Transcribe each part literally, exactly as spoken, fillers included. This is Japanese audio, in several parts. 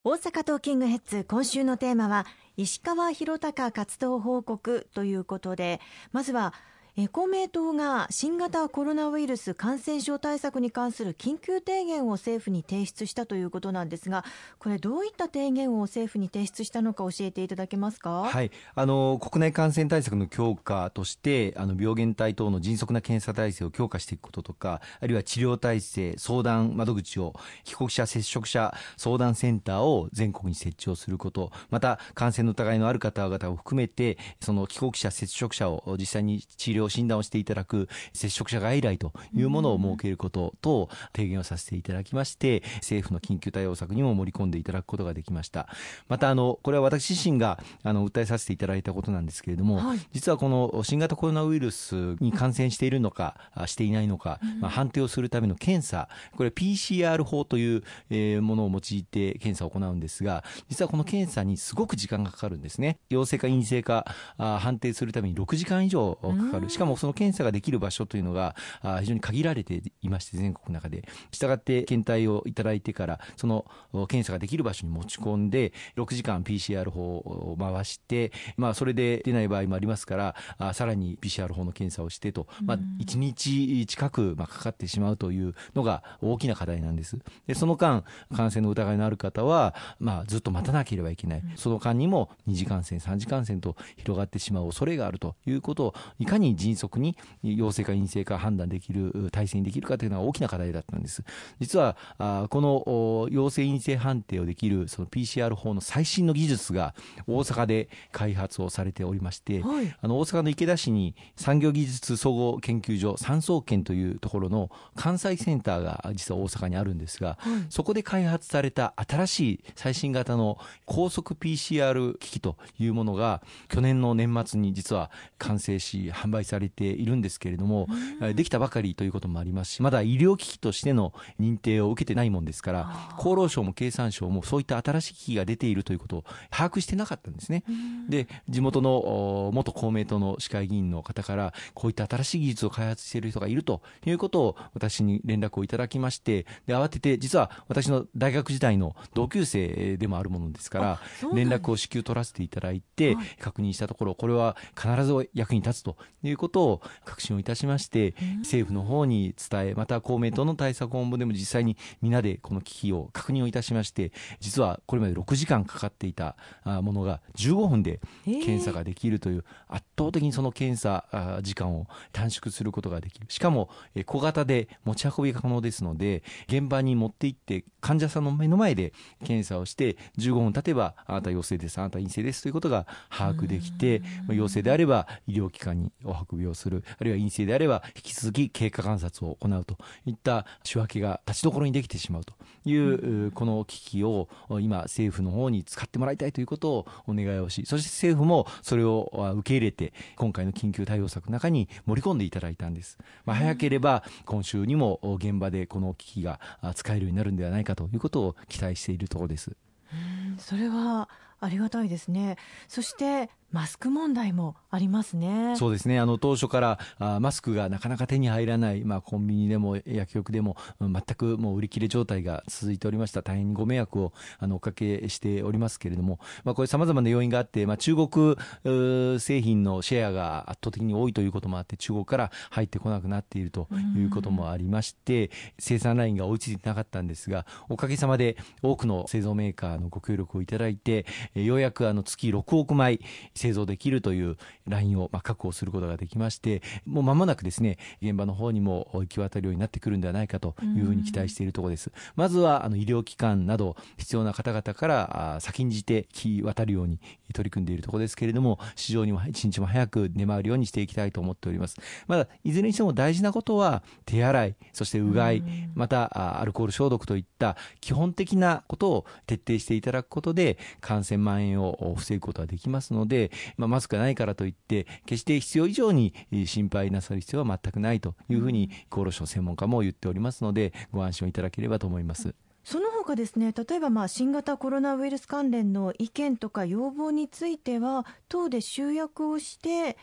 大阪トーキングヘッズ、今週のテーマは石川博崇活動報告ということで、まずはえ公明党が新型コロナウイルス感染症対策に関する緊急提言を政府に提出したということなんですが、これどういった提言を政府に提出したのか教えていただけますか。 はい、あの国内感染対策の強化としてあの病原体等の迅速な検査体制を強化していくこととか、あるいは治療体制、相談窓口を帰国者接触者相談センターを全国に設置をすること、また感染の疑いのある方々を含めてその帰国者接触者を実際に治療診断をしていただく接触者外来というものを設けることと提言をさせていただきまして、政府の緊急対応策にも盛り込んでいただくことができました。またあのこれは私自身があの訴えさせていただいたことなんですけれども、はい、実はこの新型コロナウイルスに感染しているのかしていないのか、まあ、判定をするための検査、これ ピーシーアール 法という、えー、ものを用いて検査を行うんですが、実はこの検査にすごく時間がかかるんですね。陽性か陰性かあ判定するためにろくじかん以上かかる。しかもその検査ができる場所というのが非常に限られていまして、全国の中でしたがって検体をいただいてからその検査ができる場所に持ち込んでろくじかん ピーシーアール 法を回して、まあ、それで出ない場合もありますからあさらに ピーシーアール 法の検査をしてと、まあ、いちにち近くまあかかってしまうというのが大きな課題なんです。でその間感染の疑いのある方は、まあ、ずっと待たなければいけない。その間にもに次感染さん次感染と広がってしまう恐れがあるということをいかに迅速に陽性か陰性か判断できる体制にできるかというのが大きな課題だったんです。実はあこの陽性陰性判定をできるその ピーシーアール 法の最新の技術が大阪で開発をされておりまして、はい、あの大阪の池田市に産業技術総合研究所産総研というところの関西センターが実は大阪にあるんですが、はい、そこで開発された新しい最新型の高速 ピーシーアール 機器というものが去年の年末に実は完成し販売されているんですけれども、できたばかりということもありますし、まだ医療機器としての認定を受けてないもんですから、厚労省も経産省もそういった新しい機器が出ているということを把握してなかったんですね。で地元の元公明党の市会議員の方からこういった新しい技術を開発している人がいるということを私に連絡をいただきまして、で慌てて実は私の大学時代の同級生でもあるものですから連絡を至急取らせていただいて確認したところ、これは必ず役に立つということを確信をいたしまして、政府の方に伝え、また公明党の対策本部でも実際にみんなでこの機器を確認をいたしまして、実はこれまでろくじかんかかっていたものがじゅうごふんで検査ができるという圧倒的にその検査時間を短縮することができる。しかも小型で持ち運びが可能ですので、現場に持って行って患者さんの目の前で検査をしてじゅうごふん経てばあなた陽性です、あなた陰性ですということが把握できて、陽性であれば医療機関にお運びをする、あるいは陰性であれば引き続き経過観察を行うといった仕分けが立ちどころにできてしまうというこの機器を今政府の方に使ってもらいたいということをお願いをし、そして政府もそれを受け入れて今回の緊急対応策の中に盛り込んでいただいたんです。まあ、早ければ今週にも現場でこの機器が使えるようになるんではないかということを期待しているところです。 うん、それはありがたいですね。そしてマスク問題もありますね。 そうですね、あの当初からあマスクがなかなか手に入らない、まあ、コンビニでも薬局でも全くもう売り切れ状態が続いておりました。大変にご迷惑をあのおかけしておりますけれども、まあ、これさまざまな要因があって、まあ、中国製品のシェアが圧倒的に多いということもあって中国から入ってこなくなっているということもありまして、生産ラインが追いついてなかったんですが、おかげさまで多くの製造メーカーのご協力をいただいて、ようやくあの月ろくおくまい製造できるというラインをまあ確保することができまして、もう間もなくですね現場の方にも行き渡るようになってくるんではないかというふうに期待しているところです。まずはあの医療機関など必要な方々から先んじて行き渡るように取り組んでいるところですけれども、市場にも一日も早く出回るようにしていきたいと思っております。まだいずれにしても大事なことは手洗い、そしてうがい、またアルコール消毒といった基本的なことを徹底していただくことで感染蔓延を防ぐことができますので、まあ、マスクがないからといって決して必要以上に心配なさる必要は全くないというふうに厚労省専門家も言っておりますので、ご安心をいただければと思います。 その他ですね、例えばまあ新型コロナウイルス関連の意見とか要望については党で集約をして、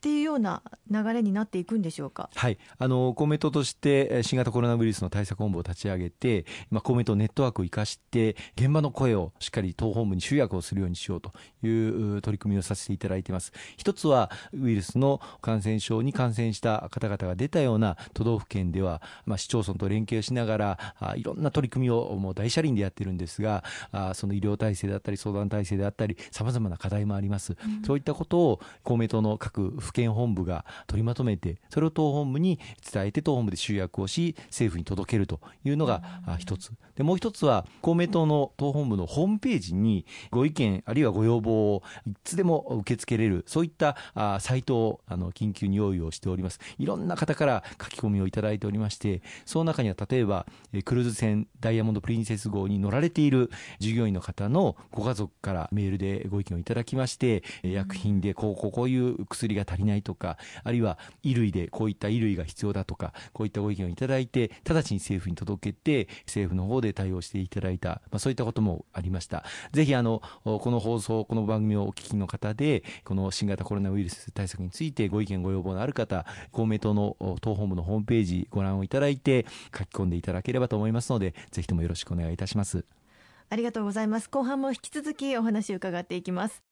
っていうような流れになっていくんでしょうか。 はい、あの公明党として新型コロナウイルスの対策本部を立ち上げて、まあ、公明党ネットワークを生かして現場の声をしっかり党本部に集約をするようにしようという取り組みをさせていただいています。一つはウイルスの感染症に感染した方々が出たような都道府県では、まあ、市町村と連携をしながらあいろんな取り組みをもう大車輪でやってるんですが、あその医療体制であったり相談体制であったりさまざまな課題もあります、うん、そういったことを公明党の各府県本部が取りまとめて、それを党本部に伝えて党本部で集約をし政府に届けるというのが一つで、もう一つは公明党の党本部のホームページにご意見あるいはご要望をいつでも受け付けれる、そういったサイトをあの緊急に用意をしております。いろんな方から書き込みをいただいておりまして、その中には例えばクルーズ船ダイヤモンドプリンセス号に乗られている従業員の方のご家族からメールでご意見をいただきまして、薬品でこうこうこういう薬が足りないとか、あるいは衣類でこういった衣類が必要だとか、こういったご意見をいただいて直ちに政府に届けて政府の方で対応していただいた、まあ、そういったこともありました。ぜひあのこの放送この番組をお聞きの方でこの新型コロナウイルス対策についてご意見ご要望のある方、公明党の党本部のホームページご覧をいただいて書き込んでいただければと思いますので、ぜひともよろしくお願いいたします。 ありがとうございます。後半も引き続きお話を伺っていきます。